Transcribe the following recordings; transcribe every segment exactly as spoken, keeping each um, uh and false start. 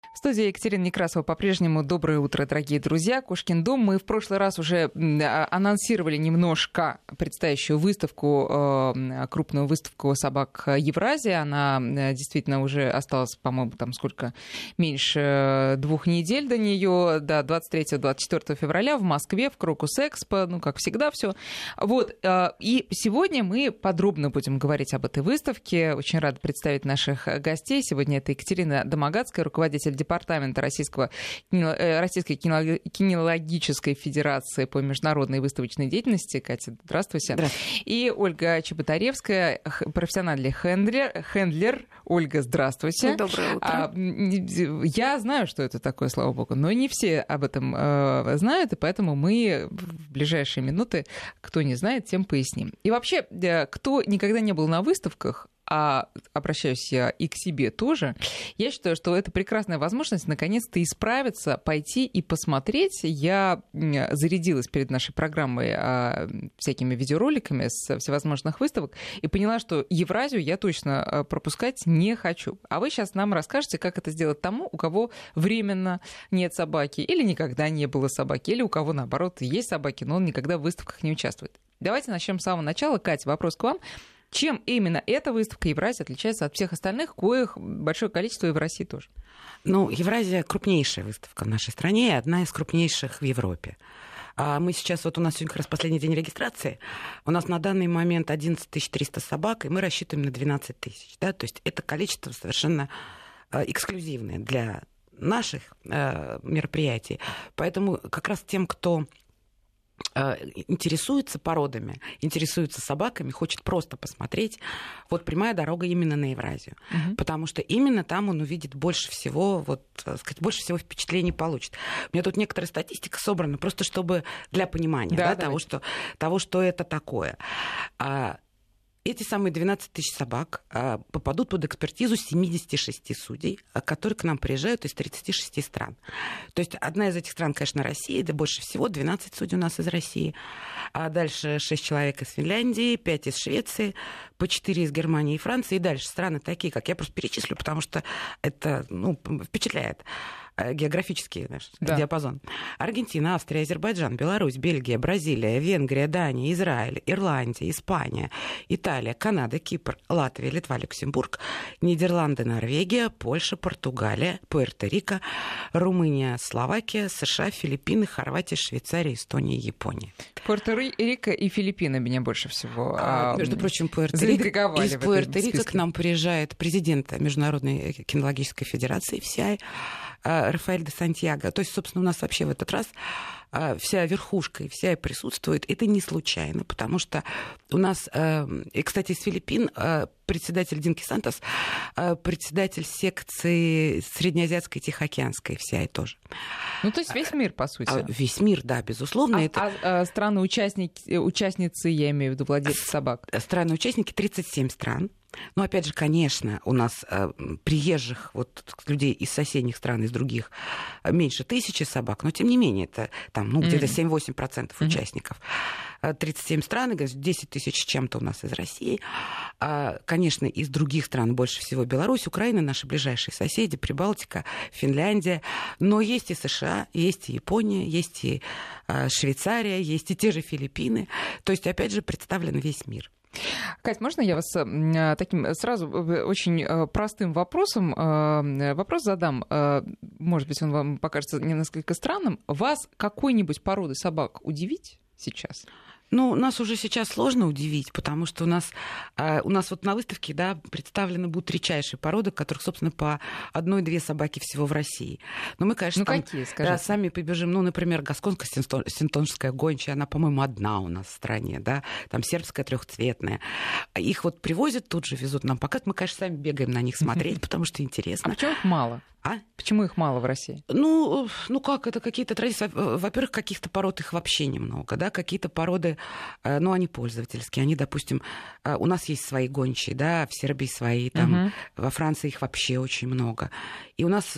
В студии Екатерина Некрасова. По-прежнему доброе утро, дорогие друзья. Кошкин дом. Мы в прошлый раз уже анонсировали немножко предстоящую выставку, крупную выставку собак Евразия. Она действительно уже осталась, по-моему, там сколько, меньше двух недель до нее, до двадцать третьего — двадцать четвёртого февраля в Москве, в Крокус Экспо. Ну, как всегда, все. Вот. И сегодня мы подробно будем говорить об этой выставке. Очень рада представить наших гостей. Сегодня это Екатерина Домогацкая, руководитель департамента Российского, Российской кинологической федерации по международной выставочной деятельности. Катя, здравствуйте. Здравствуйте. И Ольга Чеботаревская, профессиональный хендлер. хендлер. Ольга, здравствуйте. Доброе утро. Я знаю, что это такое, слава богу, но не все об этом знают, и поэтому мы в ближайшие минуты, кто не знает, тем поясним. И вообще, кто никогда не был на выставках, а обращаюсь я и к себе тоже, я считаю, что это прекрасная возможность наконец-то исправиться, пойти и посмотреть. Я зарядилась перед нашей программой всякими видеороликами с всевозможных выставок и поняла, что Евразию я точно пропускать не хочу. А вы сейчас нам расскажете, как это сделать тому, у кого временно нет собаки, или никогда не было собаки, или у кого, наоборот, есть собаки, но он никогда в выставках не участвует. Давайте начнем с самого начала. Катя, вопрос к вам. Чем именно эта выставка Евразия отличается от всех остальных, коих большое количество и в России тоже? Ну, Евразия — крупнейшая выставка в нашей стране и одна из крупнейших в Европе. А мы сейчас, вот у нас сегодня как раз последний день регистрации, у нас на данный момент одиннадцать тысяч триста собак, и мы рассчитываем на двенадцать тысяч. Да? То есть это количество совершенно эксклюзивное для наших мероприятий. Поэтому как раз тем, кто интересуется породами, интересуется собаками, хочет просто посмотреть, вот прямая дорога именно на Евразию. Uh-huh. Потому что именно там он увидит больше всего, вот, сказать, больше всего впечатлений получит. У меня тут некоторая статистика собрана, просто чтобы для понимания да, да, того, что, того, что это такое. Эти самые двенадцать тысяч собак а, попадут под экспертизу семьдесят шесть судей, а, которые к нам приезжают из тридцати шести стран. То есть одна из этих стран, конечно, Россия, да больше всего, двенадцать судей у нас из России. А дальше шесть человек из Финляндии, пять из Швеции, по четыре из Германии и Франции. И дальше страны такие, как я просто перечислю, потому что это ну, впечатляет. Географический наш да. диапазон. Аргентина, Австрия, Азербайджан, Беларусь, Бельгия, Бразилия, Венгрия, Дания, Израиль, Ирландия, Испания, Италия, Канада, Кипр, Латвия, Литва, Люксембург, Нидерланды, Норвегия, Польша, Португалия, Пуэрто-Рико, Румыния, Словакия, США, Филиппины, Хорватия, Швейцария, Эстония, Япония. Пуэрто-Рико и Филиппины меня больше всего а, между прочим, Пуэрто-Рико. Из Пуэрто-Рико к нам приезжает президент Международной кинологической федерации эф си ай Рафаэль де Сантьяго. То есть, собственно, у нас вообще в этот раз вся верхушка и вся присутствует. Это не случайно, потому что у нас, и, кстати, из Филиппин председатель Динки Сантос, председатель секции Среднеазиатской и Тихоокеанской эф си ай тоже. Ну, то есть весь мир, по сути. Весь мир, да, безусловно. А, это... а, а страны-участники, участницы, я имею в виду владельцы собак? Страны-участники тридцать семь стран. Но опять же, конечно, у нас э, приезжих вот, людей из соседних стран, из других, меньше тысячи собак, но тем не менее, это там, ну, где-то семь-восемь процентов mm-hmm. участников. тридцать семь стран, десять тысяч с чем-то у нас из России. А, конечно, из других стран больше всего Беларусь, Украина, наши ближайшие соседи, Прибалтика, Финляндия. Но есть и США, есть и Япония, есть и а, Швейцария, есть и те же Филиппины. То есть, опять же, представлен весь мир. Кать, можно я вас таким сразу очень простым вопросом вопрос задам? Может быть, он вам покажется не несколько странным. Вас какой-нибудь породы собак удивить сейчас? Ну, нас уже сейчас сложно удивить, потому что у нас, э, у нас вот на выставке да, представлены будут редчайшие породы, которых, собственно, по одной-две собаки всего в России. Но мы, конечно, ну, там, какие, да, сами побежим. Ну, например, гасконская синтонская гончая, она, по-моему, одна у нас в стране, да, там сербская трехцветная. Их вот привозят, тут же везут нам показывать. Мы, конечно, сами бегаем на них смотреть, потому что интересно. А почему их мало? А? Почему их мало в России? Ну, ну как, это какие-то традиции. Во-первых, каких-то пород их вообще немного, да, какие-то породы ну, они пользовательские, они, допустим, у нас есть свои гончие, да, в Сербии свои, там, uh-huh. во Франции их вообще очень много. И у нас,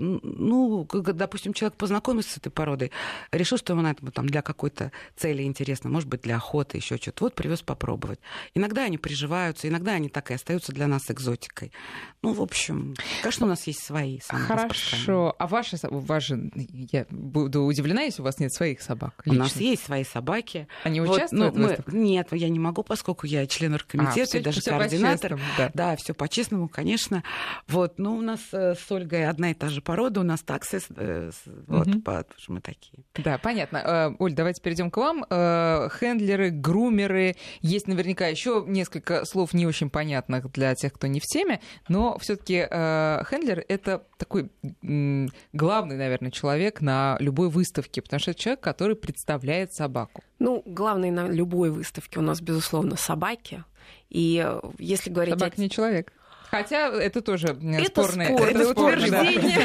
ну, допустим, человек познакомился с этой породой, решил, что ему надо там для какой-то цели интересно, может быть, для охоты, еще что-то. Вот привез попробовать. Иногда они приживаются, иногда они так и остаются для нас экзотикой. Ну, в общем, конечно, у нас есть свои. Хорошо. А ваши, ваши, я буду удивлена, если у вас нет своих собак лично. У нас есть свои собаки. Они вот, участвуют ну, в выставках? Нет, я не могу, поскольку я член оргкомитета а, и даже всё координатор. Да, да все по-честному, конечно. Вот, ну, у нас с Ольгой одна и та же порода, у нас таксы, вот, угу. потому что мы такие. Да, понятно. Оль, давайте перейдем к вам. Хендлеры, грумеры. Есть наверняка еще несколько слов не очень понятных для тех, кто не в теме, но все-таки хендлер — это такой главный, наверное, человек на любой выставке, потому что это человек, который представляет собаку. Ну, главный на любой выставке у нас, безусловно, собаки. И если говорить... Собака о... не человек. Хотя это тоже это спорное, спорное это утверждение.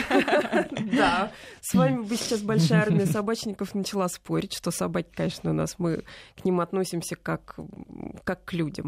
Да. С вами бы сейчас большая армия собачников начала спорить, что собаки, конечно, у нас, мы к ним относимся как, как к людям.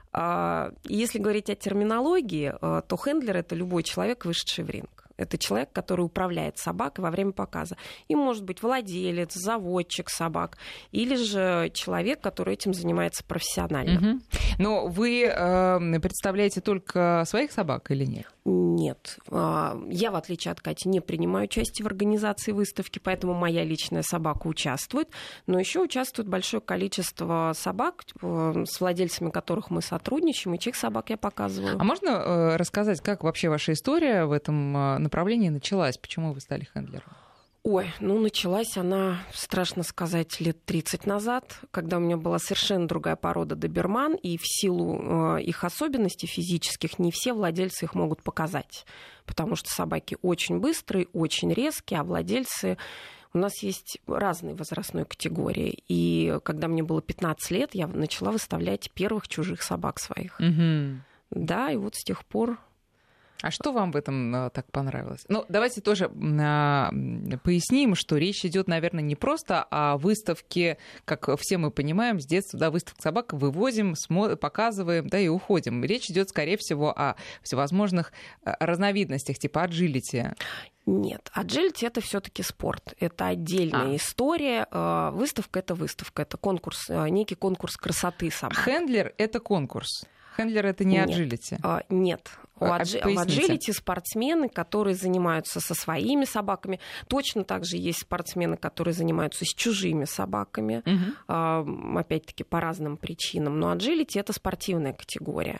Если говорить о терминологии, то хендлер — это любой человек, вышедший в ринг. Это человек, который управляет собакой во время показа. И может быть владелец, заводчик собак, или же человек, который этим занимается профессионально. Угу. Но вы э, представляете только своих собак или нет? Нет. Я, в отличие от Кати, не принимаю участие в организации выставки, поэтому моя личная собака участвует. Но еще участвует большое количество собак, с владельцами которых мы сотрудничаем, и чьих собак я показываю. А можно рассказать, как вообще ваша история в этом направлении началась? Почему вы стали хендлером? Ой, ну началась она, страшно сказать, лет тридцать назад, когда у меня была совершенно другая порода доберман, и в силу э, их особенностей физических не все владельцы их могут показать, потому что собаки очень быстрые, очень резкие, а владельцы... У нас есть разные возрастной категории, и когда мне было пятнадцать лет, я начала выставлять первых чужих собак своих. Угу. Да, и вот с тех пор... А что вам в этом а, так понравилось? Ну, давайте тоже а, поясним, что речь идет, наверное, не просто о выставке, как все мы понимаем, с детства, да, выставка собак вывозим, смо- показываем, да, и уходим. Речь идет, скорее всего, о всевозможных разновидностях, типа аджилити. Нет, аджилити — это все-таки спорт, это отдельная а. история. Выставка — это выставка, это конкурс, некий конкурс красоты собак. Хендлер — это конкурс. Хендлер — это не аджилити. Нет. Нет. У аджилити спортсмены, которые занимаются со своими собаками. Точно так же есть спортсмены, которые занимаются с чужими собаками. Угу. Опять-таки по разным причинам. Но аджилити — это спортивная категория.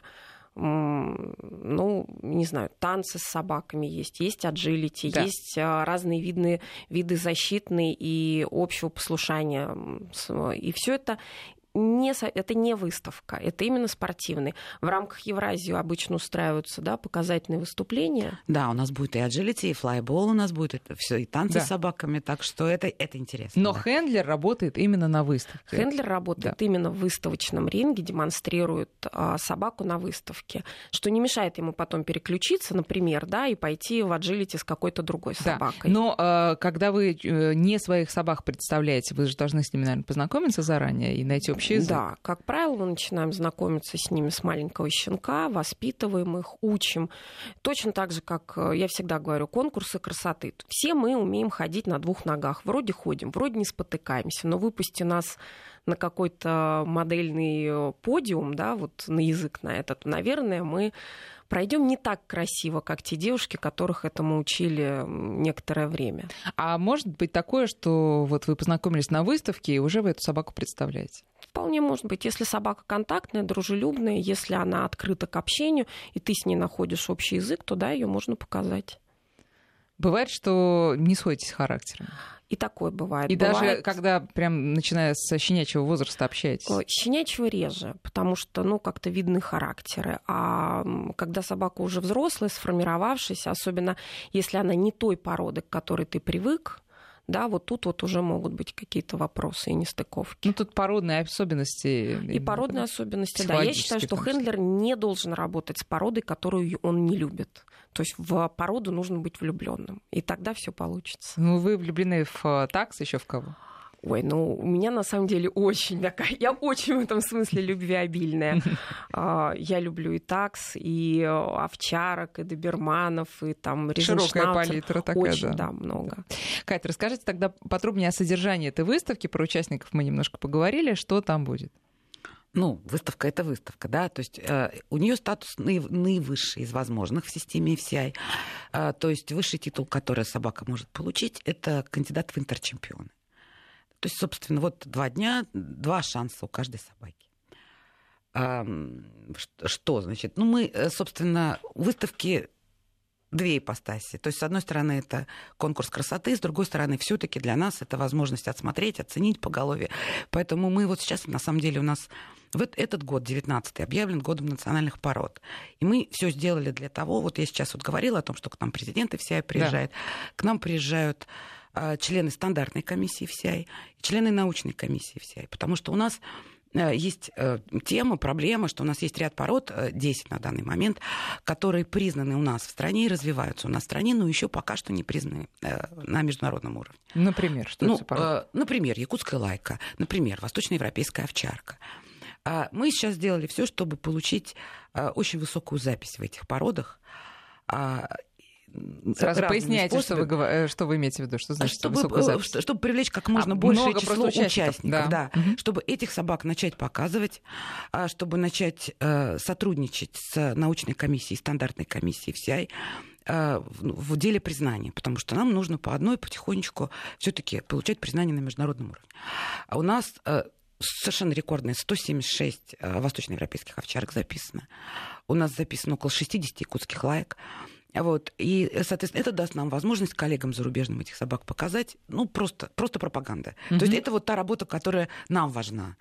Ну, не знаю, танцы с собаками есть, есть аджилити, да. Есть разные виды, виды защитные и общего послушания. И все это... Не, это не выставка, это именно спортивный. В рамках Евразии обычно устраиваются, да, показательные выступления. Да, у нас будет и аджилити, и флайбол у нас будет, это все, и танцы да. с собаками, так что это, это интересно. Но да. хендлер работает именно на выставке. Хендлер работает да. именно в выставочном ринге, демонстрирует а, собаку на выставке, что не мешает ему потом переключиться, например, да, и пойти в аджилити с какой-то другой да. собакой. Но а, когда вы не своих собак представляете, вы же должны с ними, наверное, познакомиться заранее и найти общий язык. Да, как правило, мы начинаем знакомиться с ними с маленького щенка, воспитываем их, учим. Точно так же, как я всегда говорю, конкурсы красоты. Все мы умеем ходить на двух ногах. Вроде ходим, вроде не спотыкаемся, но выпусти нас на какой-то модельный подиум, да, вот на язык на этот, наверное, мы пройдем не так красиво, как те девушки, которых этому учили некоторое время. А может быть такое, что вот вы познакомились на выставке и уже вы эту собаку представляете? Вполне может быть. Если собака контактная, дружелюбная, если она открыта к общению, и ты с ней находишь общий язык, то да, ее можно показать. Бывает, что не сходитесь характером? И такое бывает. И бывает... даже когда прям начиная с щенячьего возраста общаетесь? Щенячьего реже, потому что, ну, как-то видны характеры. А когда собака уже взрослая, сформировавшаяся, особенно если она не той породы, к которой ты привык, да, вот тут вот уже могут быть какие-то вопросы и нестыковки. Ну, тут породные особенности. И породные особенности, да. Я считаю, что хендлер не должен работать с породой, которую он не любит. То есть в породу нужно быть влюбленным, и тогда все получится. Ну, вы влюблены в такс, еще в кого? Ой, ну, у меня на самом деле очень такая... Я очень в этом смысле любвеобильная. Я люблю и такс, и овчарок, и доберманов, и там ризеншнауцер. Широкая палитра такая, очень, да. да, много. Катя, расскажите тогда подробнее о содержании этой выставки. Про участников мы немножко поговорили. Что там будет? Ну, выставка — это выставка, да, то есть э, у нее статус наив, наивысший из возможных в системе эф си ай. Э, то есть высший титул, который собака может получить, это кандидат в интерчемпионы. То есть, собственно, вот два дня, два шанса у каждой собаки. Э, что, что, значит? Ну, мы, собственно, выставки... Две ипостаси. То есть, с одной стороны, это конкурс красоты, с другой стороны, все-таки для нас это возможность отсмотреть, оценить поголовье. Поэтому мы вот сейчас, на самом деле, у нас вот этот год, девятнадцатый, объявлен годом национальных пород. И мы все сделали для того, вот я сейчас вот говорила о том, что к нам президент эф си ай приезжает, да. К нам приезжают а, члены стандартной комиссии эф си ай, члены научной комиссии эф си ай, потому что у нас есть тема, проблема, что у нас есть ряд пород, десять на данный момент, которые признаны у нас в стране и развиваются у нас в стране, но еще пока что не признаны на международном уровне. Например, что ну, это за порода? Например, якутская лайка, например, восточноевропейская овчарка. Мы сейчас сделали все, чтобы получить очень высокую запись в этих породах. Сразу поясняйте, что вы, что вы имеете в виду, что значит чтобы, высокую запись. Чтобы привлечь как можно а, большее число участников, участников да. Да, угу. Чтобы этих собак начать показывать, чтобы начать э, сотрудничать с научной комиссией, стандартной комиссией эф си ай э, в, в деле признания, потому что нам нужно по одной потихонечку все-таки получать признание на международном уровне. А у нас э, совершенно рекордные сто семьдесят шесть э, восточноевропейских овчарок записано. У нас записано около шестьдесят якутских лаек. Вот. И, соответственно, это даст нам возможность коллегам зарубежным этих собак показать. Ну, просто, просто пропаганда. Mm-hmm. То есть это вот та работа, которая нам важна.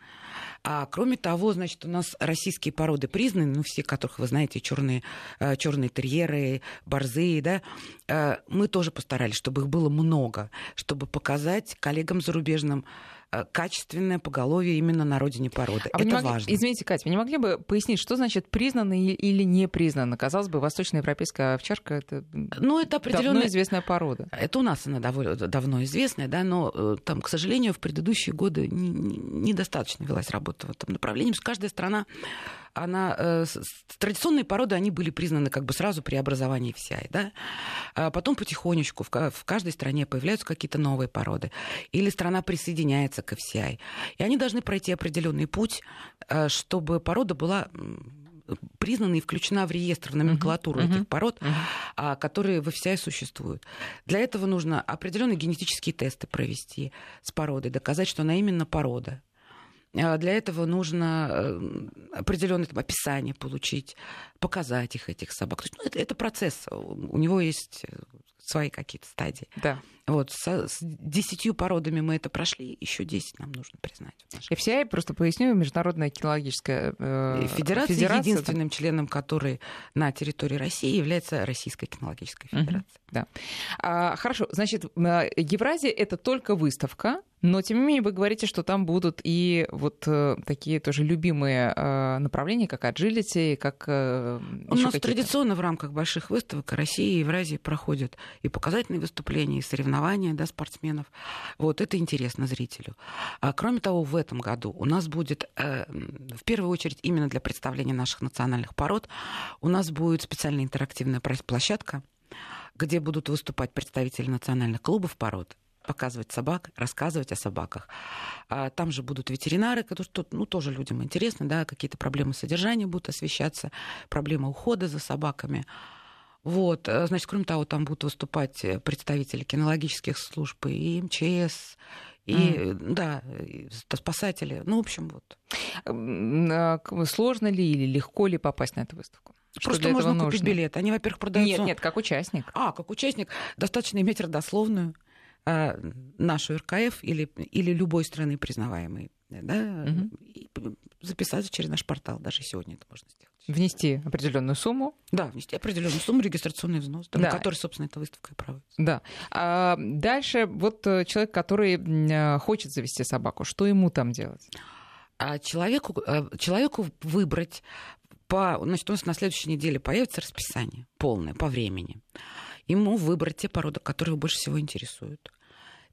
А кроме того, значит, у нас российские породы признаны, ну, все, которых вы знаете, черные, черные терьеры, борзые, да, мы тоже постарались, чтобы их было много, чтобы показать коллегам зарубежным качественное поголовье именно на родине породы. А это могли, важно. Извините, Катя, вы не могли бы пояснить, что значит признано или не признано? Казалось бы, восточноевропейская овчарка — это, ну, это определенная... давно известная порода. Это у нас она довольно давно известная, да, но там, к сожалению, в предыдущие годы недостаточно велась работа в этом направлении, потому что каждая страна, она, э, традиционные породы, они были признаны как бы сразу при образовании эф си ай, да, а потом потихонечку в, в каждой стране появляются какие-то новые породы, или страна присоединяется к эф си ай, и они должны пройти определенный путь, чтобы порода была признана и включена в реестр, в номенклатуру uh-huh. этих uh-huh. пород, uh-huh. которые в эф си ай существуют. Для этого нужно определенные генетические тесты провести с породой, доказать, что она именно порода. Для этого нужно определенное там, описание получить, показать их, этих собак. То есть, ну, это, это процесс, у него есть свои какие-то стадии. Да. Вот, с, с десятью породами мы это прошли, еще десять нам нужно признать. эф си ай, просто поясню, Международная кинологическая э, федерация, федерация, единственным да. членом которой на территории России является Российская кинологическая федерация. Uh-huh. Да. А, хорошо, значит, Евразия — это только выставка, но, тем не менее, вы говорите, что там будут и вот э, такие тоже любимые э, направления, как agility, как э, У нас какие-то. Традиционно в рамках больших выставок России и Евразии проходят и показательные выступления, и соревнования, да, спортсменов. Вот это интересно зрителю. А, кроме того, в этом году у нас будет, э, в первую очередь, именно для представления наших национальных пород, у нас будет специальная интерактивная площадка, где будут выступать представители национальных клубов пород, показывать собак, рассказывать о собаках. А там же будут ветеринары, которые ну, тоже людям интересны, да, какие-то проблемы содержания будут освещаться, проблемы ухода за собаками. Вот, значит, кроме того, там будут выступать представители кинологических служб и эм че эс, и, mm. да, и спасатели. Ну, в общем, вот. Сложно ли или легко ли попасть на эту выставку? Просто можно купить нужно? билет. Они, во-первых, продаются... Нет, нет, как участник. А, как участник. Достаточно иметь родословную нашу эр ка эф или, или любой страны признаваемой, да, mm-hmm. и записаться через наш портал. Даже сегодня это можно сделать. Внести определенную сумму. Да, внести определенную сумму, регистрационный взнос, да, да. на который, собственно, эта выставка и проводится. Да. А дальше вот человек, который хочет завести собаку, что ему там делать? А человеку, человеку выбрать по... Значит, у нас на следующей неделе появится расписание полное по времени. Ему выбрать те породы, которые его больше всего интересуют.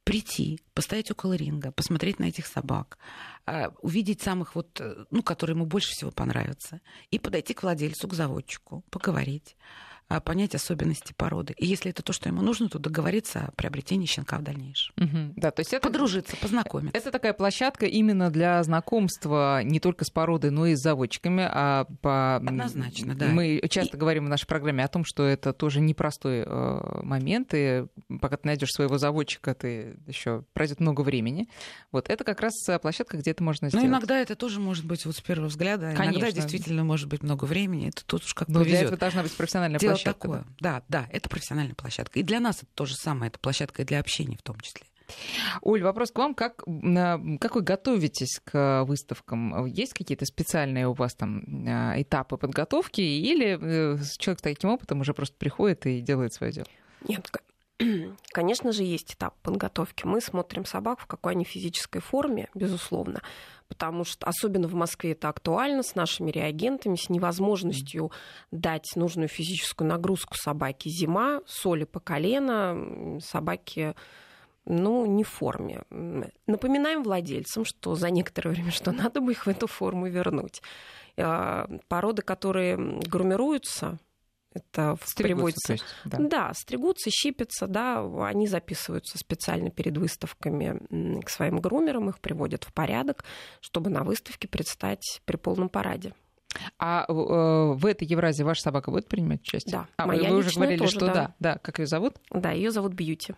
прийти, постоять около ринга, посмотреть на этих собак, увидеть самых, вот, ну, которые ему больше всего понравятся, и подойти к владельцу, к заводчику, поговорить, понять особенности породы. И если это то, что ему нужно, то договориться о приобретении щенка в дальнейшем. Угу. Да, то есть это... Подружиться, познакомиться. Это такая площадка именно для знакомства не только с породой, но и с заводчиками. А по... Однозначно, да. Мы часто и... говорим в нашей программе о том, что это тоже непростой момент, и пока ты найдешь своего заводчика, ты еще пройдет много времени. Вот это как раз площадка, где это можно сделать. Ну, иногда это тоже может быть вот с первого взгляда. Конечно. Иногда действительно может быть много времени. Это тут уж как но повезет. для этого должна быть профессиональная Дело площадка. Такое. Да, да, это профессиональная площадка. И для нас это то же самое, это площадка и для общения в том числе. Оль, вопрос к вам. Как, как вы готовитесь к выставкам? Есть какие-то специальные у вас там этапы подготовки? Или человек с таким опытом уже просто приходит и делает свое дело? Нет, конечно же, есть этап подготовки. Мы смотрим собак, в какой они физической форме, безусловно. Потому что, особенно в Москве, это актуально с нашими реагентами, с невозможностью дать нужную физическую нагрузку собаке. Зима, соли по колено, собаки, ну, не в форме. Напоминаем владельцам, что за некоторое время, что надо бы их в эту форму вернуть. Породы, которые грумируются, это приводится... То есть, да. да, стригутся, щипятся, да, они записываются специально перед выставками к своим грумерам, их приводят в порядок, чтобы на выставке предстать при полном параде. А э, в этой Евразии ваша собака будет принимать участие? Да, а, моя вы уже говорили, тоже, что да. да, да. Как ее зовут? Да, ее зовут Бьюти.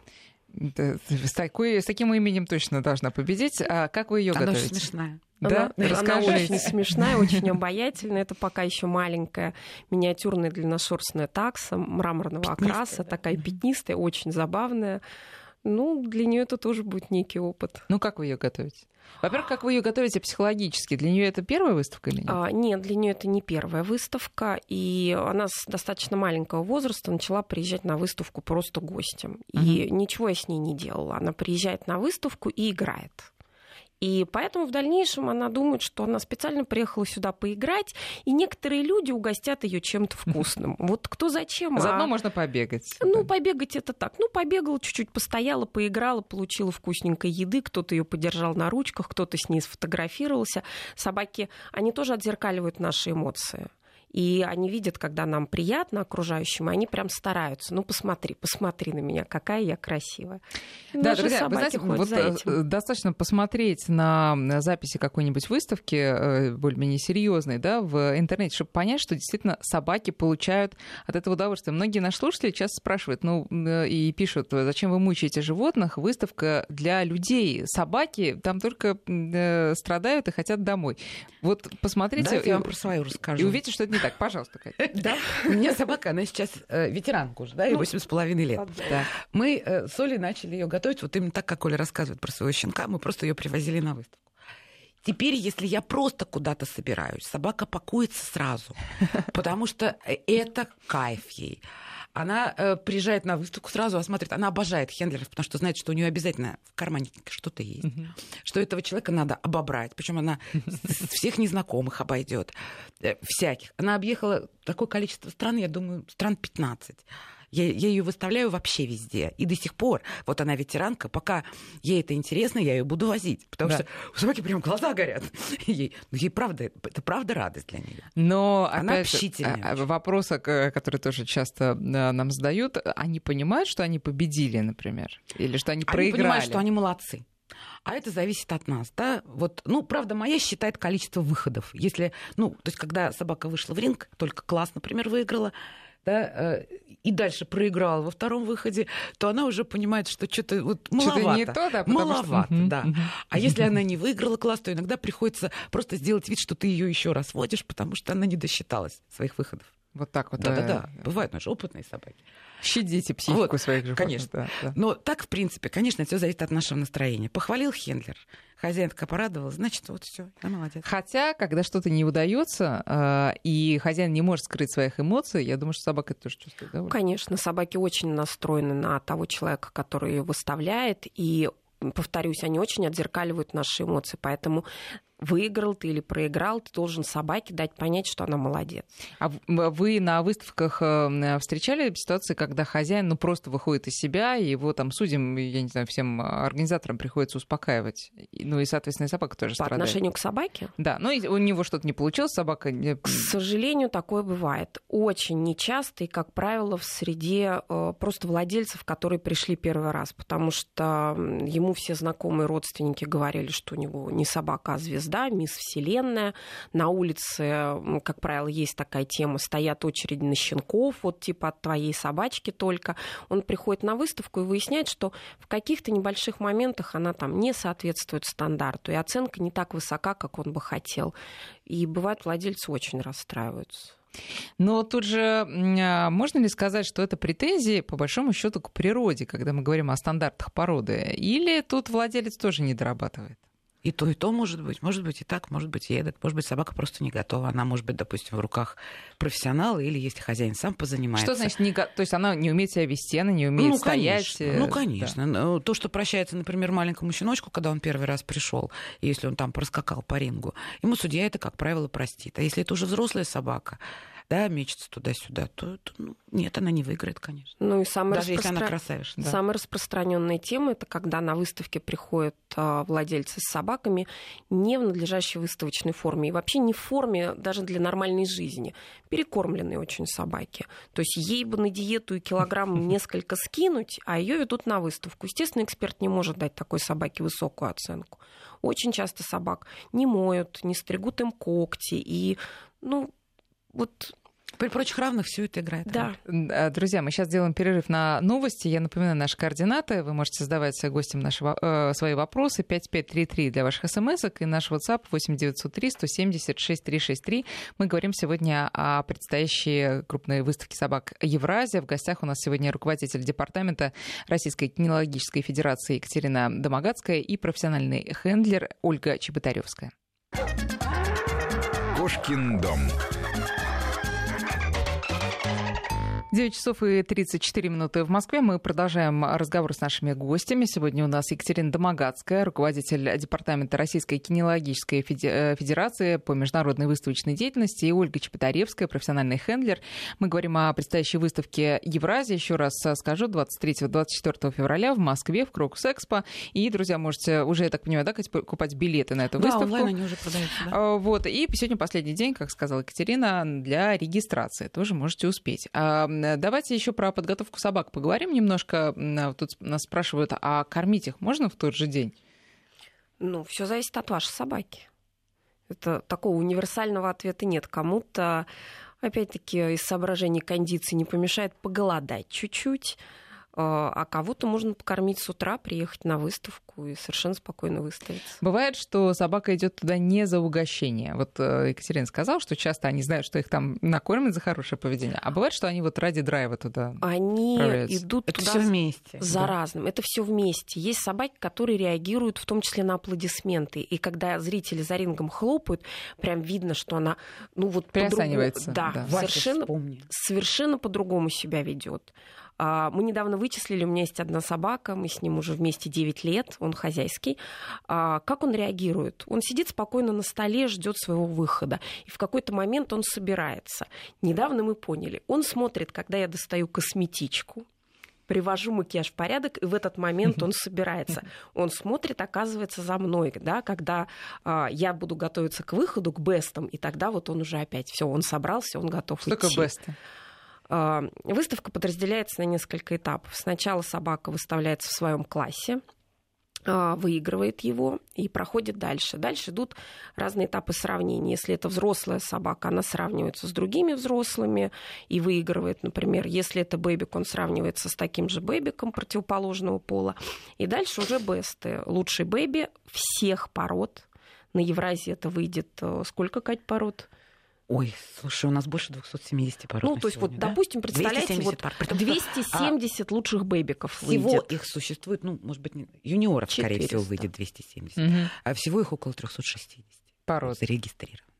С, такой, с таким именем точно должна победить. А как вы ее готовите? Она очень смешная. Да? Она, она очень смешная, очень обаятельная. Это пока еще маленькая миниатюрная длинношерстная такса мраморного пятнистая, окраса, да. Такая пятнистая, очень забавная. Ну, для нее это тоже будет некий опыт. Ну, как вы ее готовите? Во-первых, как вы ее готовите психологически? Для нее это первая выставка или нет? А, нет, для нее это не первая выставка. И она с достаточно маленького возраста начала приезжать на выставку просто гостем. Uh-huh. И ничего я с ней не делала. Она приезжает на выставку и играет. И поэтому в дальнейшем она думает, что она специально приехала сюда поиграть, и некоторые люди угостят ее чем-то вкусным. Вот кто зачем. Заодно а... можно побегать. Ну, побегать это так. Ну, побегала, чуть-чуть постояла, поиграла, получила вкусненькой еды, кто-то ее подержал на ручках, кто-то с ней сфотографировался. Собаки, они тоже отзеркаливают наши эмоции. И они видят, когда нам приятно окружающим, и они прям стараются. Ну, посмотри, посмотри на меня, какая я красивая. Да, друзья, вы знаете, вот достаточно посмотреть на записи какой-нибудь выставки, более-менее серьезной, да, в интернете, чтобы понять, что действительно собаки получают от этого удовольствие. Многие наши слушатели часто спрашивают, ну, и пишут, зачем вы мучаете животных? Выставка для людей. Собаки там только страдают и хотят домой. Вот посмотрите. Дайте я вам про свою расскажу. И увидите, что это не так. Пожалуйста, Катя. Да? У меня собака, она сейчас э, ветеранка уже, да, ей восемь с половиной лет. Да. Мы э, с Олей начали ее готовить, вот именно так, как Оля рассказывает про своего щенка, мы просто ее привозили на выставку. Теперь, если я просто куда-то собираюсь, собака пакуется сразу, потому что это кайф ей. Она э, приезжает на выставку, сразу осматривает. Она обожает хендлеров, потому что знает, что у нее обязательно в кармане что-то есть. Uh-huh. Что этого человека надо обобрать. Причем она всех незнакомых обойдет, э, всяких. Она объехала такое количество стран, я думаю, стран пятнадцать. Я, я ее выставляю вообще везде. И до сих пор, вот она ветеранка, пока ей это интересно, я ее буду возить. Потому да. что у собаки прям глаза горят. Ей, ну, ей правда, это правда радость для нее. Но она опять общительная. Вопрос, который тоже часто нам задают, они понимают, что они победили, например? Или что они проиграли? Они понимают, что они молодцы. А это зависит от нас, да. Вот, ну, правда, моя считает количество выходов. Если, ну, то есть, когда собака вышла в ринг, только класс, например, выиграла, да, и дальше проиграла во втором выходе, то она уже понимает, что что-то вот маловато. Что-то не то, да, маловато, что... да. А если она не выиграла класс, то иногда приходится просто сделать вид, что ты ее еще раз водишь, потому что она не досчиталась своих выходов. Вот так вот. Да-да-да, бывают наши опытные собаки. Щадите психику вот, своих животных. Конечно. Да, да. Но так, в принципе, конечно, все зависит от нашего настроения. Похвалил хендлер, хозяинка порадовалась, значит, вот все, я молодец. Хотя, когда что-то не удается, и хозяин не может скрыть своих эмоций, я думаю, что собака это тоже чувствует. Да? Конечно, собаки очень настроены на того человека, который ее выставляет, и, повторюсь, они очень отзеркаливают наши эмоции, поэтому выиграл ты или проиграл, ты должен собаке дать понять, что она молодец. А вы на выставках встречали ситуации, когда хозяин ну, просто выходит из себя, и его там судим, я не знаю, всем организаторам приходится успокаивать? Ну и, соответственно, и собака тоже По страдает. По отношению к собаке? Да, ну и у него что-то не получилось, собака... К сожалению, такое бывает. Очень нечасто и, как правило, в среде э, просто владельцев, которые пришли первый раз, потому что ему все знакомые родственники говорили, что у него не собака, а звезда, мисс Вселенная. На улице, как правило, есть такая тема, стоят очереди на щенков, вот типа от твоей собачки только. Он приходит на выставку и выясняет, что в каких-то небольших моментах она там не соответствует стандарту, и оценка не так высока, как он бы хотел. И бывает, владельцы очень расстраиваются. Но тут же можно ли сказать, что это претензии, по большому счету, к природе, когда мы говорим о стандартах породы? Или тут владелец тоже не дорабатывает? И то, и то может быть. Может быть и так, может быть и это. Может быть, собака просто не готова. Она может быть, допустим, в руках профессионала, или если хозяин сам позанимается. Что значит не го... То есть она не умеет себя вести, она не умеет ну, стоять? Конечно. Ну, конечно. Да. То, что прощается, например, маленькому щеночку, когда он первый раз пришел, если он там проскакал по рингу, ему судья это, как правило, простит. А если это уже взрослая собака, да, мечется туда-сюда, то, то ну, нет, она не выиграет, конечно. Ну, и самая Даже распро... если она красавица. Да. Самая распространенная тема — это когда на выставке приходят а, владельцы с собаками не в надлежащей выставочной форме, и вообще не в форме даже для нормальной жизни. Перекормленные очень собаки. То есть ей бы на диету и килограмм несколько скинуть, а ее ведут на выставку. Естественно, эксперт не может дать такой собаке высокую оценку. Очень часто собак не моют, не стригут им когти, и, ну, вот... При прочих равных все это играет. Да. Друзья, мы сейчас делаем перерыв на новости. Я напоминаю наши координаты. Вы можете задавать гостям наши, э, свои вопросы. пять пять три три для ваших смс-ок и наш WhatsApp восемь девятьсот три сто семьдесят шесть триста шестьдесят три. Мы говорим сегодня о предстоящей крупной выставке собак «Евразия». В гостях у нас сегодня руководитель департамента Российской кинологической федерации Екатерина Домогацкая и профессиональный хендлер Ольга Чеботаревская. Кошкин дом. девять часов и тридцать четыре минуты в Москве. Мы продолжаем разговор с нашими гостями. Сегодня у нас Екатерина Домогацкая, руководитель департамента Российской кинологической федерации по международной выставочной деятельности, и Ольга Чеботаревская, профессиональный хендлер. Мы говорим о предстоящей выставке «Евразия». Еще раз скажу, двадцать третьего - двадцать четвёртого февраля в Москве, в Крокус Экспо. И, друзья, можете уже, я так понимаю, да, покупать билеты на эту да, выставку. Да, онлайн они уже продаются. Да. Вот. И сегодня последний день, как сказала Екатерина, для регистрации. Тоже можете успеть. Давайте еще про подготовку собак поговорим немножко. Тут нас спрашивают, а кормить их можно в тот же день? Ну, все зависит от вашей собаки. Это такого универсального ответа нет. Кому-то, опять-таки, из соображений кондиции не помешает поголодать чуть-чуть, а кого-то можно покормить с утра, приехать на выставку и совершенно спокойно выставиться. Бывает, что собака идет туда не за угощение. Вот Екатерина сказала, что часто они знают, что их там накормят за хорошее поведение, а бывает, что они вот ради драйва туда Они идут это туда всё вместе, за да. разным. Это все вместе. Есть собаки, которые реагируют в том числе на аплодисменты. И когда зрители за рингом хлопают, прям видно, что она ну вот приосанивается. Да, да. совершенно, совершенно по-другому себя ведет. Мы недавно вычислили, у меня есть одна собака, мы с ним уже вместе девять лет, он хозяйский. Как он реагирует? Он сидит спокойно на столе, ждет своего выхода. И в какой-то момент он собирается. Недавно мы поняли, он смотрит, когда я достаю косметичку, привожу макияж в порядок, и в этот момент он собирается. Он смотрит, оказывается, за мной, да, когда а, я буду готовиться к выходу, к бестам, и тогда вот он уже опять, все, он собрался, он готов Что идти. такое бесты? Выставка подразделяется на несколько этапов. Сначала собака выставляется в своем классе, выигрывает его и проходит дальше. Дальше идут разные этапы сравнения. Если это взрослая собака, она сравнивается с другими взрослыми и выигрывает, например. Если это бэбик, он сравнивается с таким же бэбиком противоположного пола. И дальше уже бесты. Лучший бэби всех пород. На Евразии это выйдет сколько, Кать, пород? Ой, слушай, у нас больше двести семьдесят пород. Ну, то есть, сегодня, вот, да? допустим, представляете, вот пар. двести семьдесят а лучших бэбиков всего выйдет. Их существует, ну, может быть, юниоров, четыреста. Скорее всего, выйдет двести семьдесят. Угу. А всего их около триста шестьдесят пород зарегистрировано.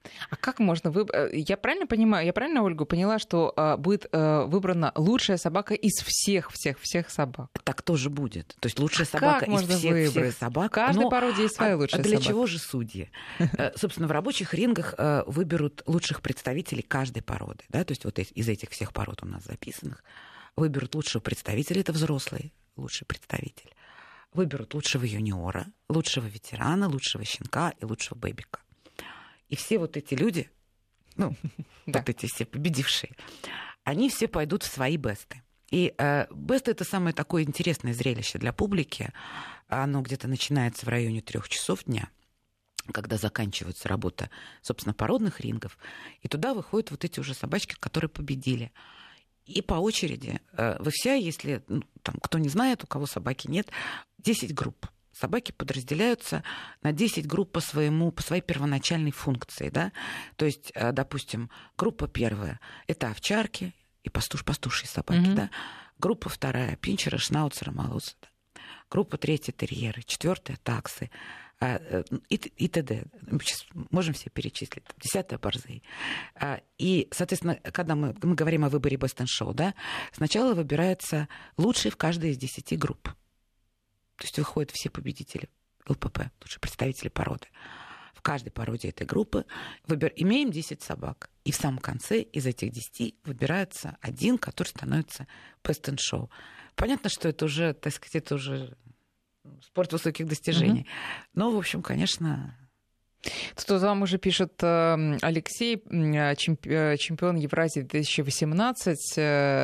А как можно выбрать? Я правильно понимаю, я правильно, Ольга, поняла, что а, будет а, выбрана лучшая собака из всех-всех-всех собак? Так тоже будет. То есть лучшая а собака из всех, всех собак. В каждой но... породе есть своя а, лучшая а для собака. чего же судьи? Собственно, в рабочих рингах выберут лучших представителей каждой породы. Да? То есть вот из этих всех пород у нас записанных выберут лучшего представителя, это взрослый лучший представитель. Выберут лучшего юниора, лучшего ветерана, лучшего щенка и лучшего бэбика. И все вот эти люди, ну, да. вот эти все победившие, они все пойдут в свои бесты. И э, бесты — это самое такое интересное зрелище для публики. Оно где-то начинается в районе трех часов дня, когда заканчивается работа, собственно, породных рингов. И туда выходят вот эти уже собачки, которые победили. И по очереди э, вы все, если ну, там, кто не знает, у кого собаки нет, десять групп. Собаки подразделяются на десять групп по, своему, по своей первоначальной функции. Да? То есть, допустим, группа первая — это овчарки и пастуш, пастушьи собаки. Mm-hmm. Да? Группа вторая — пинчеры, шнауцеры, молодцы. Да? Группа третья — терьеры. Четвертая — таксы. И, и т.д. Сейчас можем все перечислить. Десятая — борзые. И, соответственно, когда мы, мы говорим о выборе Best in Show, да, сначала выбирается лучший в каждой из десяти групп. То есть выходят все победители ЛПП, лучшие представители породы. В каждой породе этой группы выбер... имеем десять собак. И в самом конце из этих десяти выбирается один, который становится Best in Show. Понятно, что это уже, так сказать, это уже спорт высоких достижений. Mm-hmm. Но, в общем, конечно... Тут вам уже пишет Алексей, чемпион Евразии две тысячи восемнадцать,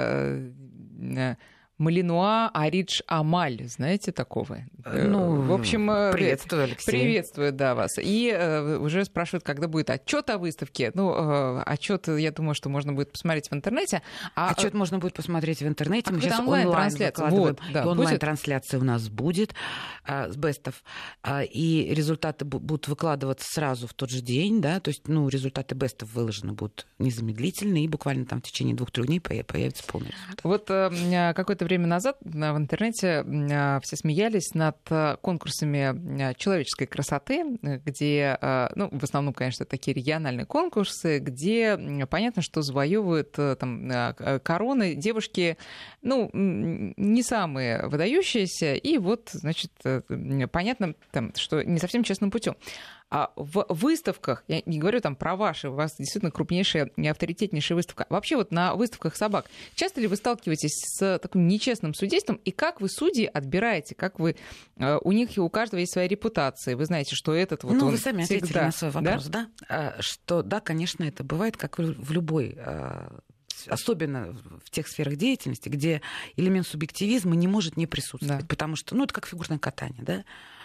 Малинуа Аридж Амаль, знаете такого? Ну, в общем, приветствую, Алексей. Приветствую, да, вас. И э, уже спрашивают, когда будет отчет о выставке. Ну, э, отчет, я думаю, что можно будет посмотреть в интернете. А... Отчет можно будет посмотреть в интернете. А Мы сейчас онлайн-трансляция. Вот, да, онлайн-трансляция у нас будет э, с бестов. Э, и результаты б- будут выкладываться сразу в тот же день. Да? То есть, ну, результаты бестов выложены будут незамедлительно. И буквально там в течение двух-трех дней появится полный результат. Вот э, какое-то время назад в интернете все смеялись над конкурсами человеческой красоты, где, ну, в основном, конечно, такие региональные конкурсы, где понятно, что завоевывают там короны девушки, ну, не самые выдающиеся, и вот, значит, понятно, там, что не совсем честным путем. А в выставках, я не говорю там про ваши, у вас действительно крупнейшая и авторитетнейшая выставка. Вообще вот на выставках собак часто ли вы сталкиваетесь с таким нечестным судейством? И как вы судьи отбираете? Как вы... У них у каждого есть своя репутация. Вы знаете, что этот вот ну, он вы сами всегда... ответили на свой вопрос, да? да? Что, да, конечно, это бывает, как в любой... особенно в тех сферах деятельности, где элемент субъективизма не может не присутствовать, да. Потому что, ну, это как фигурное катание, да?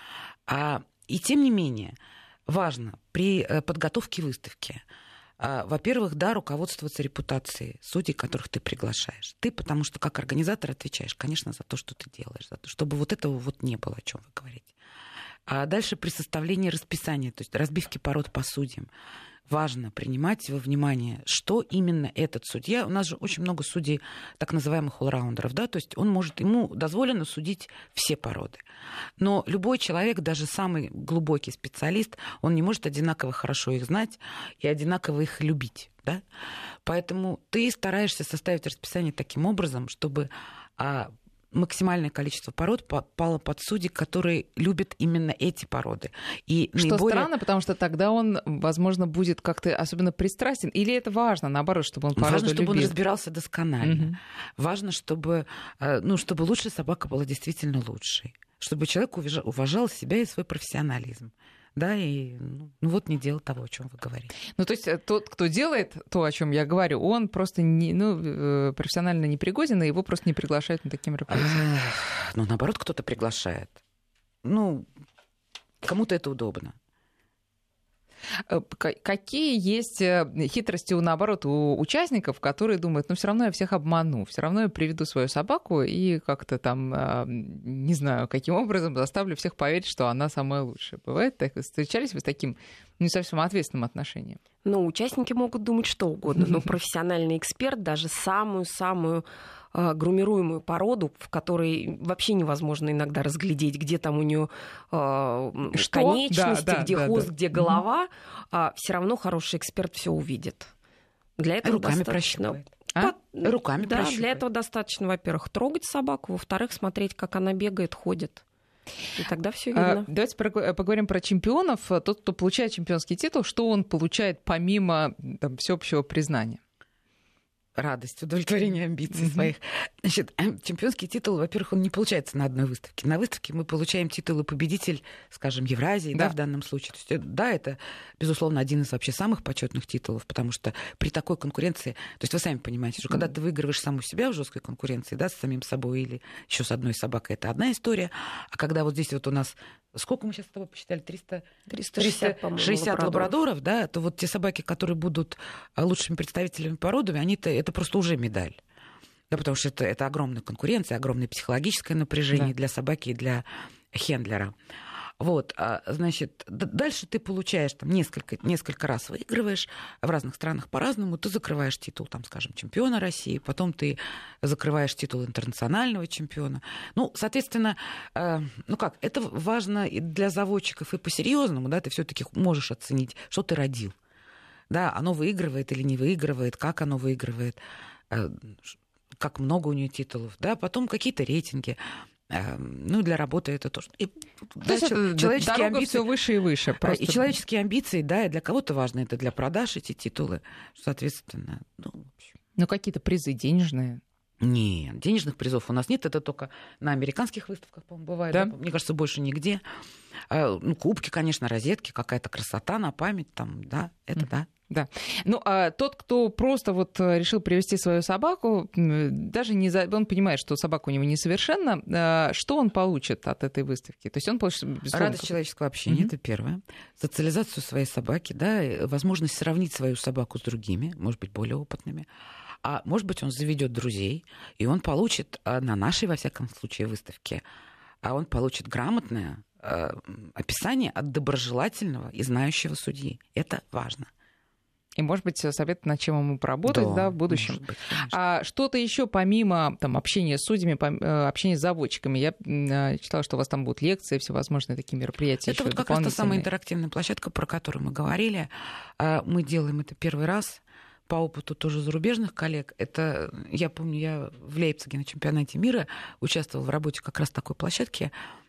А, и тем не менее... Важно при подготовке выставки, во-первых, да, руководствоваться репутацией судей, которых ты приглашаешь. Ты, потому что как организатор отвечаешь, конечно, за то, что ты делаешь, за то, чтобы вот этого вот не было, о чем вы говорите. А дальше при составлении расписания, то есть разбивки пород по судьям, важно принимать во внимание, что именно этот судья... У нас же очень много судей, так называемых all-раундеров, да, то есть он может, ему дозволено судить все породы. Но любой человек, даже самый глубокий специалист, он не может одинаково хорошо их знать и одинаково их любить, да. Поэтому ты стараешься составить расписание таким образом, чтобы... максимальное количество пород попало под судей, которые любят именно эти породы. И что наиболее... странно, потому что тогда он, возможно, будет как-то особенно пристрастен. Или это важно, наоборот, чтобы он породу Важно, чтобы любил? он разбирался досконально. Угу. Важно, чтобы, ну, чтобы лучшая собака была действительно лучшей. Чтобы человек уважал себя и свой профессионализм. Да, и ну, вот не делал того, о чем вы говорите. Ну, то есть тот, кто делает то, о чем я говорю, он просто не, ну, профессионально непригоден, и его просто не приглашают на такие мероприятия. Ну, наоборот, кто-то приглашает. Ну, кому-то это удобно. Какие есть хитрости, наоборот, у участников, которые думают, ну, все равно я всех обману, все равно я приведу свою собаку и как-то там, не знаю, каким образом заставлю всех поверить, что она самая лучшая. Бывает так? Встречались вы с таким не совсем ответственным отношением? Ну, участники могут думать что угодно, но профессиональный эксперт даже самую-самую грумируемую породу, в которой вообще невозможно иногда разглядеть, где там у нее конечности, да, да, где да, хвост, да. где голова, mm-hmm. все равно хороший эксперт все увидит. Для этого руками достаточно... прощупывает. А? Под... Руками да, прощупывает. Для этого достаточно, во-первых, трогать собаку, во-вторых, смотреть, как она бегает, ходит. И тогда все видно. А, давайте поговорим про чемпионов. Тот, кто получает чемпионский титул, что он получает помимо там, всеобщего признания? Радость, удовлетворение амбиций mm-hmm. своих. Значит, чемпионский титул, во-первых, он не получается на одной выставке. На выставке мы получаем титулы победитель, скажем, Евразии, да, да в данном случае. То есть, да, это, безусловно, один из вообще самых почетных титулов, потому что при такой конкуренции, то есть вы сами понимаете, что mm-hmm. когда ты выигрываешь саму себя в жесткой конкуренции, да, с самим собой или еще с одной собакой, это одна история. А когда вот здесь вот у нас сколько мы сейчас с тобой посчитали? триста шестьдесят лабрадоров. лабрадоров, да, то вот те собаки, которые будут лучшими представителями породы, они-то это просто уже медаль. Да, потому что это, это огромная конкуренция, огромное психологическое напряжение да. для собаки и для хендлера. Вот, значит, дальше ты получаешь там несколько, несколько раз выигрываешь, в разных странах по-разному, ты закрываешь титул, там, скажем, чемпиона России, потом ты закрываешь титул интернационального чемпиона. Ну, соответственно, ну как, это важно и для заводчиков и по-серьезному, да, ты все-таки можешь оценить, что ты родил. Да, оно выигрывает или не выигрывает, как оно выигрывает, как много у нее титулов, да, потом какие-то рейтинги. Ну, для работы это тоже. И, да, это человеческие амбиции все выше и выше. Просто... И человеческие амбиции, да, и для кого-то важно это для продаж эти титулы, соответственно. Ну, ну какие-то призы денежные. Нет, денежных призов у нас нет, это только на американских выставках, по-моему, бывает. Да? Да? Мне кажется, больше нигде. Ну, кубки, конечно, розетки, какая-то красота на память, там, да, это mm. да. Да. Ну, а тот, кто просто вот решил привести свою собаку, даже не за... он понимает, что собака у него несовершенна, что он получит от этой выставки? То есть он получит... Радость человеческого общения, mm-hmm. это первое. Социализацию своей собаки, да, возможность сравнить свою собаку с другими, может быть, более опытными. А может быть, он заведет друзей, и он получит на нашей, во всяком случае, выставке, а он получит грамотное описание от доброжелательного и знающего судьи. Это важно. И, может быть, совет, над чем ему поработать да, да, в будущем. Быть, а что-то еще помимо там, общения с судьями, общения с заводчиками? Я читала, что у вас там будут лекции, всевозможные такие мероприятия. Это вот как раз та самая интерактивная площадка, про которую мы говорили. Мы делаем это первый раз по опыту тоже зарубежных коллег. Это, я помню, я в Лейпциге на чемпионате мира участвовала в работе как раз такой площадки.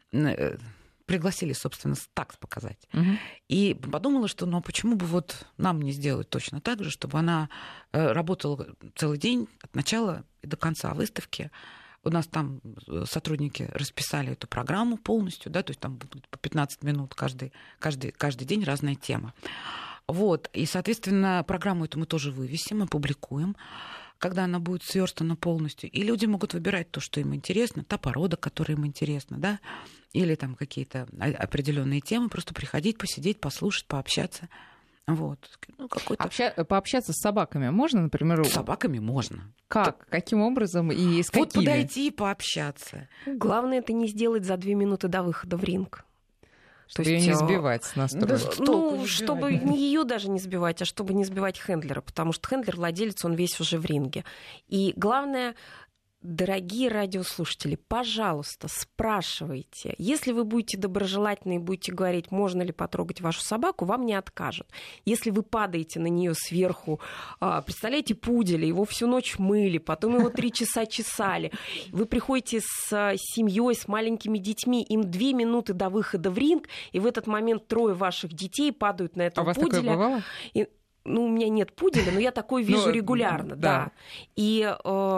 Пригласили, собственно, такс показать. Угу. И подумала, что ну почему бы вот нам не сделать точно так же, чтобы она работала целый день от начала и до конца выставки. У нас там сотрудники расписали эту программу полностью, да, то есть там будет по пятнадцать минут каждый, каждый, каждый день разная тема. Вот. И, соответственно, программу эту мы тоже вывесим, опубликуем, когда она будет сверстана полностью. И люди могут выбирать то, что им интересно, та порода, которая им интересна, да, или там какие-то определенные темы, просто приходить, посидеть, послушать, пообщаться. Вот. Ну, Обща... Пообщаться с собаками можно, например? С собаками можно. Как? Каким образом и с какими? Вот подойти и пообщаться. Главное, это не сделать за две минуты до выхода в ринг. Чтобы ее не сбивать с настроя. Да, ну, не чтобы не ее даже не сбивать, а чтобы не сбивать хендлера, потому что хендлер, владелец, он весь уже в ринге. И главное, дорогие радиослушатели, пожалуйста, спрашивайте. Если вы будете доброжелательны и будете говорить, можно ли потрогать вашу собаку, вам не откажут. Если вы падаете на нее сверху, представляете, пуделя, его всю ночь мыли, потом его три часа чесали, вы приходите с семьей, с маленькими детьми, им две минуты до выхода в ринг, и в этот момент трое ваших детей падают на этого а пуделя. А у вас такое бывало? И, ну, у меня нет пуделя, но я такое вижу регулярно, да. И...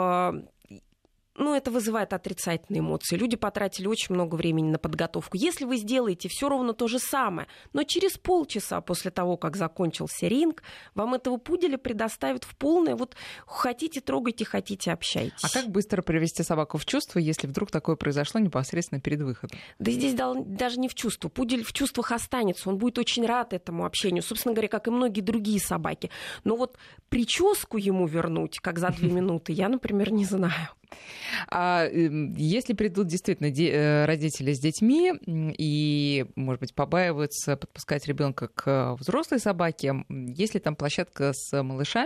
Ну, это вызывает отрицательные эмоции. Люди потратили очень много времени на подготовку. Если вы сделаете все ровно то же самое, но через полчаса после того, как закончился ринг, вам этого пуделя предоставят в полное. Вот хотите, трогайте, хотите, общайтесь. А как быстро привести собаку в чувство, если вдруг такое произошло непосредственно перед выходом? Да здесь даже не в чувство. Пудель в чувствах останется. Он будет очень рад этому общению. Собственно говоря, как и многие другие собаки. Но вот прическу ему вернуть, как за две минуты, я, например, не знаю. А если придут действительно родители с детьми и, может быть, побаиваются подпускать ребенка к взрослой собаке, есть ли там площадка с малышами?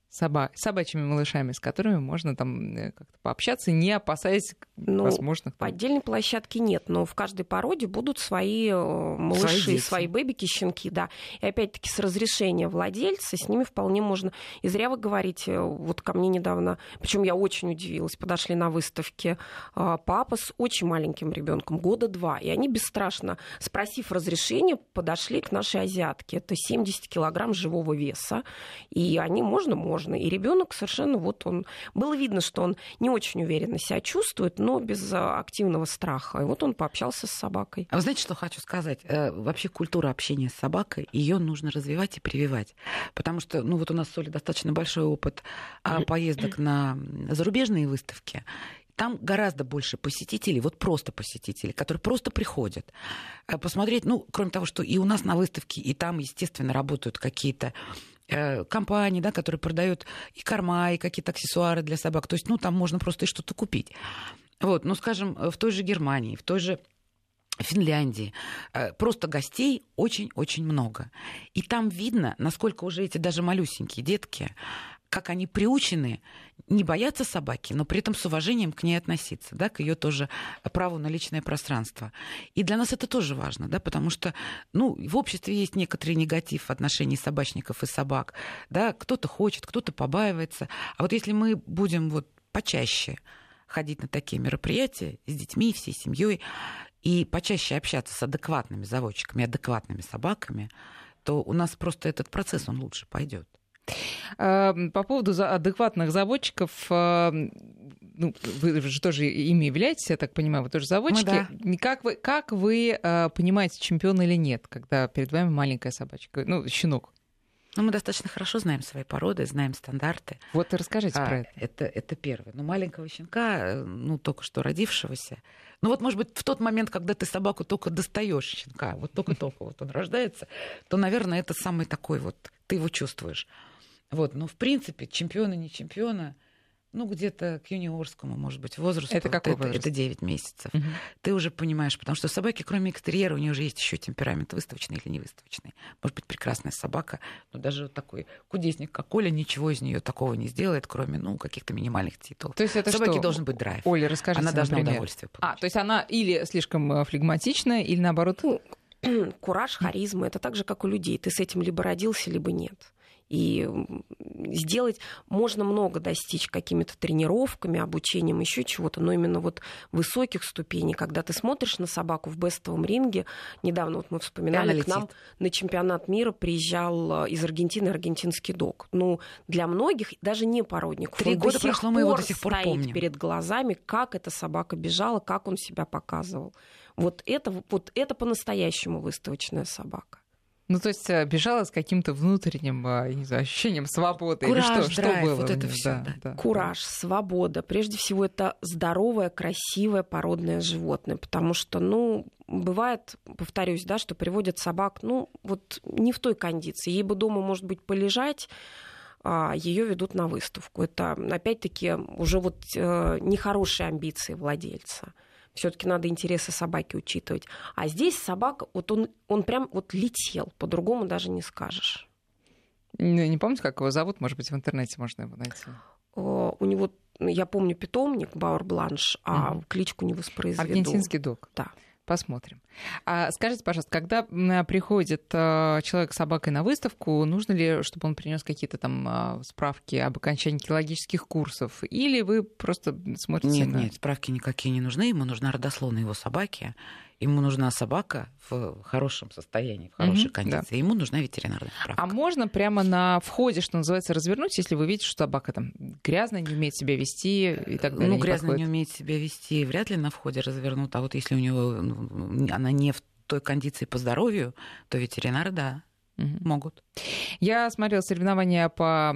Соба- собачьими малышами, с которыми можно там как-то пообщаться, не опасаясь ну, возможных... По отдельной площадке нет, но в каждой породе будут свои малыши, свои, свои бэбики, щенки, да. И опять-таки с разрешения владельца с ними вполне можно... И зря вы говорите, вот ко мне недавно, причем я очень удивилась, подошли на выставке папа с очень маленьким ребенком, года два, и они бесстрашно, спросив разрешения, подошли к нашей азиатке. Это семьдесят килограмм живого веса, и они можно, можно. И ребенок совершенно вот он... Было видно, что он не очень уверенно себя чувствует, но без активного страха. И вот он пообщался с собакой. А вы знаете, что хочу сказать? Вообще культура общения с собакой, ее нужно развивать и прививать. Потому что, ну вот у нас с Олей достаточно большой опыт поездок на зарубежные выставки. Там гораздо больше посетителей, вот просто посетителей, которые просто приходят посмотреть. Ну, кроме того, что и у нас на выставке, и там, естественно, работают какие-то компании, да, которые продают и корма, и какие-то аксессуары для собак. То есть, ну, там можно просто и что-то купить. Вот, ну, скажем, в той же Германии, в той же Финляндии просто гостей очень-очень много. И там видно, насколько уже эти даже малюсенькие детки, как они приучены не бояться собаки, но при этом с уважением к ней относиться, да, к ее тоже праву на личное пространство. И для нас это тоже важно, да, потому что, ну, в обществе есть некоторый негатив в отношении собачников и собак, да, кто-то хочет, кто-то побаивается. А вот если мы будем вот почаще ходить на такие мероприятия с детьми, всей семьей, и почаще общаться с адекватными заводчиками, адекватными собаками, то у нас просто этот процесс, он лучше пойдет. По поводу адекватных заводчиков, ну, вы же тоже ими являетесь, я так понимаю, вы тоже заводчики. Ну, да. Как вы, как вы понимаете, чемпион или нет, когда перед вами маленькая собачка, ну, щенок? Ну, мы достаточно хорошо знаем свои породы, знаем стандарты. Вот и расскажите а, про это. это. Это первое. Ну, маленького щенка, ну, только что родившегося. Ну, вот, может быть, в тот момент, когда ты собаку только достаешь щенка, вот только-только вот он рождается, то, наверное, это самый такой вот, ты его чувствуешь. Вот, но, в принципе, чемпиона, не чемпиона, ну, где-то к юниорскому, может быть, возрасту. Это какой вот возраст? Это девять месяцев. Угу. Ты уже понимаешь, потому что собаки, кроме экстерьера, у нее уже есть еще темперамент, выставочный или невыставочный. Может быть, прекрасная собака, но даже вот такой кудесник, как Оля, ничего из нее такого не сделает, кроме, ну, каких-то минимальных титулов. То есть это собаке что? Должен быть драйв. Оля, расскажите, она должна например. удовольствие получить. А, то есть она или слишком флегматичная, или наоборот... Кураж, харизма — это так же, как у людей. Ты с этим либо родился, либо нет. И сделать можно много достичь какими-то тренировками, обучением, еще чего-то, но именно вот высоких ступеней, когда ты смотришь на собаку в бестовом ринге. Недавно вот мы вспоминали, к нам на чемпионат мира приезжал из Аргентины аргентинский дог. Ну, для многих, даже не породников, Три года прошло, мы его до сих пор помним. Стоит перед глазами, как эта собака бежала, как он себя показывал. Вот это, вот это по-настоящему выставочная собака. Ну, то есть бежала с каким-то внутренним, не знаю, ощущением свободы. Кураж, или что, драйв, что было? Вот это все. Да, да. Да, Кураж, да. Свобода. Прежде всего, это здоровое, красивое, породное животное. Потому что, ну, бывает, повторюсь, да, что приводят собак, ну, вот не в той кондиции. Ей бы дома, может быть, полежать, а ее ведут на выставку. Это, опять-таки, уже вот э, нехорошие амбиции владельца. Все-таки надо интересы собаки учитывать. А здесь собака, вот он, он прям вот летел, по-другому даже не скажешь. Не, не помните, как его зовут? Может быть, в интернете можно его найти. Uh, у него, я помню, питомник Бауэр-Бланш, а mm-hmm. кличку не воспроизведу. Аргентинский дог. Да. Посмотрим. А скажите, пожалуйста, когда приходит человек с собакой на выставку, нужно ли, чтобы он принес какие-то там справки об окончании кинологических курсов? Или вы просто смотрите нет, на... Нет, справки никакие не нужны. Ему нужна родословная его собаки. Ему нужна собака в хорошем состоянии, в хорошей mm-hmm, кондиции. Да. Ему нужна ветеринарная справка. А можно прямо на входе, что называется, развернуть, если вы видите, что собака там грязная, не умеет себя вести и так далее? Ну, грязно не умеет себя вести, вряд ли на входе развернут. А вот если у него она не в той кондиции по здоровью, то ветеринары, да, угу. могут. Я смотрела соревнования по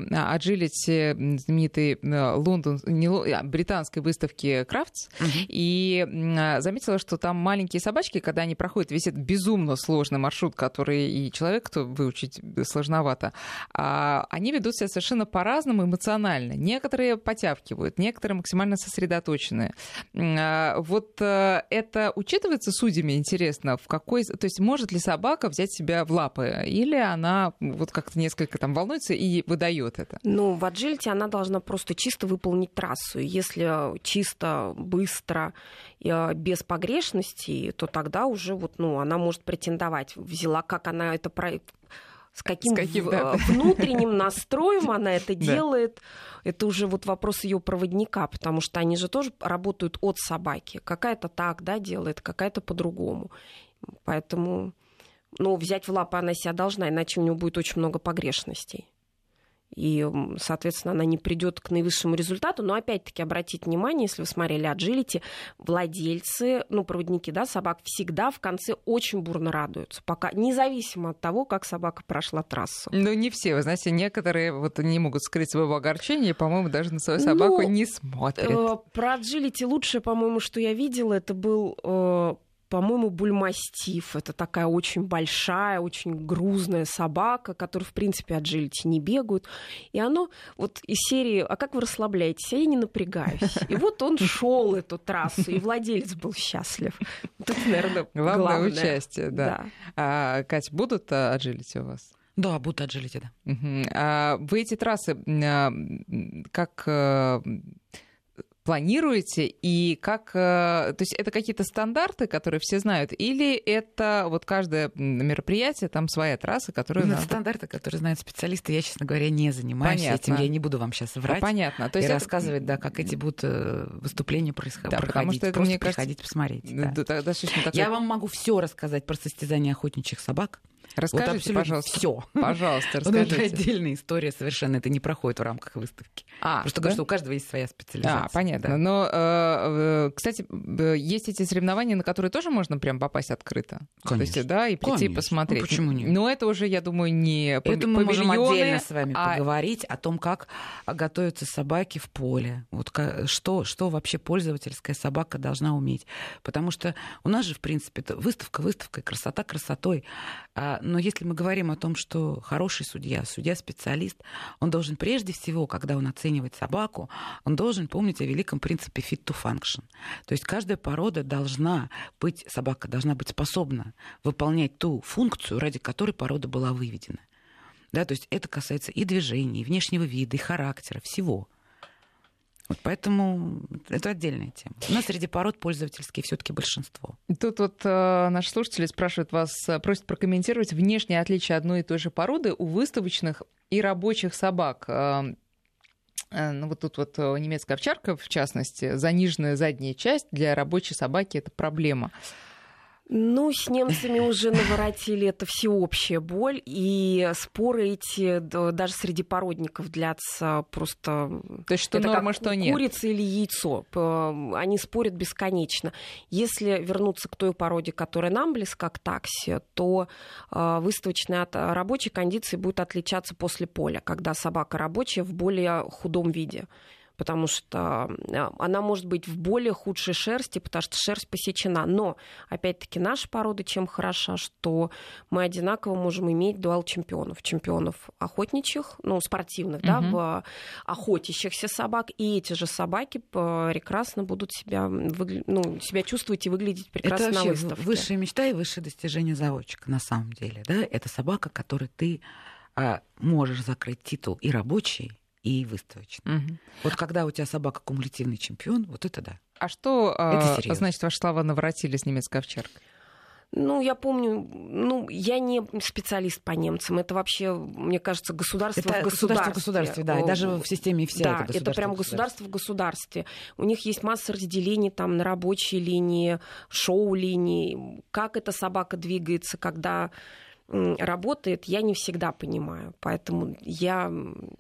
agility знаменитой Лондон, не, британской выставки Крафтс, угу. и заметила, что там маленькие собачки, когда они проходят весь этот безумно сложный маршрут, который и человеку выучить сложновато, они ведут себя совершенно по-разному эмоционально. Некоторые потявкивают, некоторые максимально сосредоточенные. Вот это учитывается судьями, интересно, в какой... То есть может ли собака взять себя в лапы? Или или она вот как-то несколько там волнуется и выдает это? Ну, в аджилити она должна просто чисто выполнить трассу. Если чисто, быстро, без погрешностей, то тогда уже вот, ну, она может претендовать. Взяла, как она это... Про... С каким, С каким в... да. внутренним настроем она это делает, это уже вот вопрос ее проводника, потому что они же тоже работают от собаки. Какая-то так, да, делает, какая-то по-другому. Поэтому, ну, взять в лапы она себя должна, иначе у нее будет очень много погрешностей. И, соответственно, она не придет к наивысшему результату. Но, опять-таки, обратите внимание, если вы смотрели аджилити, владельцы, ну, проводники, да, собак всегда в конце очень бурно радуются, пока, независимо от того, как собака прошла трассу. Ну, не все. Вы знаете, некоторые вот не могут скрыть своего огорчения, по-моему, даже на свою собаку ну, не смотрят. Э, про аджилити лучшее, по-моему, что я видела, это был... Э, по-моему, бульмастиф. Это такая очень большая, очень грузная собака, которая, в принципе, аджилити не бегают. И оно вот из серии «А как вы расслабляетесь?» А я не напрягаюсь. И вот он шел эту трассу, и владелец был счастлив. Вот это, наверное, главное. Главное участие, да. да. А, Кать, будут аджилити у вас? Да, будут аджилити, да. Угу. А вы эти трассы как... планируете, и как... То есть это какие-то стандарты, которые все знают, или это вот каждое мероприятие, там своя трасса, которую... Ну, надо... стандарты, которые знают специалисты, я, честно говоря, не занимаюсь Понятно. этим. Я не буду вам сейчас врать. Понятно. То и есть рассказывать, это... да, как эти будут выступления происходить. Да, потому что это, просто мне приходить кажется... посмотреть. Да. Да, такой... Я вам могу все рассказать про состязания охотничьих собак. Расскажите, вот пожалуйста. Все. Пожалуйста, расскажите. Это отдельная история совершенно. Это не проходит в рамках выставки. А, Просто да? говорю, что у каждого есть своя специализация. А, понятно. Да. Но, кстати, есть эти соревнования, на которые тоже можно прям попасть открыто. Конечно. То есть, да, и прийти Конечно. посмотреть. Ну, почему нет? Но это уже, я думаю, не это мы можем отдельно с вами а... поговорить о том, как готовятся собаки в поле. Вот что, что вообще пользовательская собака должна уметь. Потому что у нас же, в принципе, выставка выставкой, красота красотой. Но если мы говорим о том, что хороший судья, судья-специалист, он должен прежде всего, когда он оценивает собаку, он должен помнить о великом принципе fit to function. То есть каждая порода должна быть, собака должна быть способна выполнять ту функцию, ради которой порода была выведена. Да, то есть это касается и движений, и внешнего вида, и характера, всего. Вот поэтому это отдельная тема. У нас среди пород пользовательские все-таки большинство. Тут вот э, наши слушатели спрашивают вас, просят прокомментировать внешние отличия одной и той же породы у выставочных и рабочих собак. Э, э, ну вот тут вот немецкая овчарка, в частности, заниженная задняя часть для рабочей собаки — это проблема. Ну, с немцами уже наворотили, это всеобщая боль, и споры эти даже среди породников длятся просто... То есть что это норма, как что нет? Курица или яйцо. Они спорят бесконечно. Если вернуться к той породе, которая нам близка, к такси, то выставочная от рабочей кондиции будет отличаться после поля, когда собака рабочая в более худом виде. Потому что она может быть в более худшей шерсти, потому что шерсть посечена. Но, опять-таки, наша порода чем хороша, что мы одинаково можем иметь дуал чемпионов. Чемпионов охотничьих, ну, спортивных, uh-huh. да, охотящихся собак. И эти же собаки прекрасно будут себя, выгля... ну, себя чувствовать и выглядеть прекрасно это на вообще выставке. Высшая мечта и высшее достижение заводчика, на самом деле. Да? Это собака, которой ты а, можешь закрыть титул и рабочий, и выставочный. Угу. Вот когда у тебя собака кумулятивный чемпион, вот это да. А что, это значит, ваши слова наворотили с немецкой овчаркой? Ну, я помню, ну, я не специалист по немцам. Это вообще, мне кажется, государство это в государстве. государство в государстве, да, и даже в системе все да, это государство. это прям государство в государстве. У них есть масса разделений там на рабочие линии, шоу-линии. Как эта собака двигается, когда... работает, я не всегда понимаю. Поэтому я ну,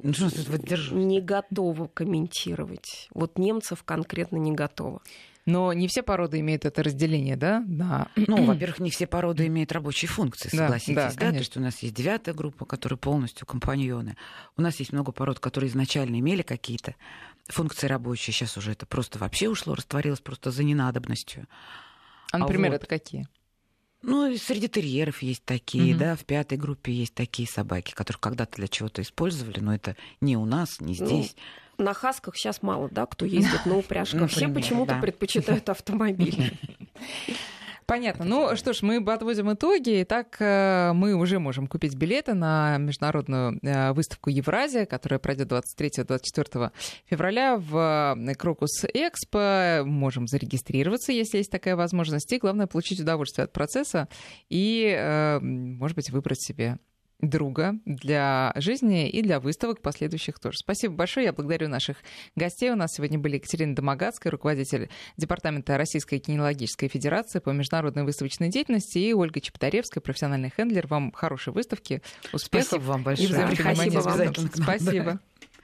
не готова комментировать. Вот немцев конкретно не готова. Но не все породы имеют это разделение, да? Да. Ну, во-первых, не все породы имеют рабочие функции, согласитесь. Да, да, да? То есть у нас есть девятая группа, которая полностью компаньоны. У нас есть много пород, которые изначально имели какие-то функции рабочие. Сейчас уже это просто вообще ушло, растворилось просто за ненадобностью. А, например, а вот... это какие? Ну, среди терьеров есть такие, Mm-hmm. да, в пятой группе есть такие собаки, которые когда-то для чего-то использовали, но это не у нас, не здесь. Ну, на хасках сейчас мало, да, кто ездит на упряжках. Все почему-то предпочитают автомобили. Понятно. Ну что ж, мы подводим итоги. Итак, мы уже можем купить билеты на международную выставку «Евразия», которая пройдет двадцать третьего — двадцать четвёртого февраля в Крокус Экспо. Можем зарегистрироваться, если есть такая возможность. И главное, получить удовольствие от процесса и, может быть, выбрать себе друга для жизни и для выставок последующих тоже. Спасибо большое. Я благодарю наших гостей. У нас сегодня были Екатерина Домогацкая, руководитель Департамента Российской кинологической федерации по международной выставочной деятельности, и Ольга Чеботаревская, профессиональный хендлер. Вам хорошей выставки, успехов. Спасибо вам большое. И взаимопонимания. Спасибо. Спасибо.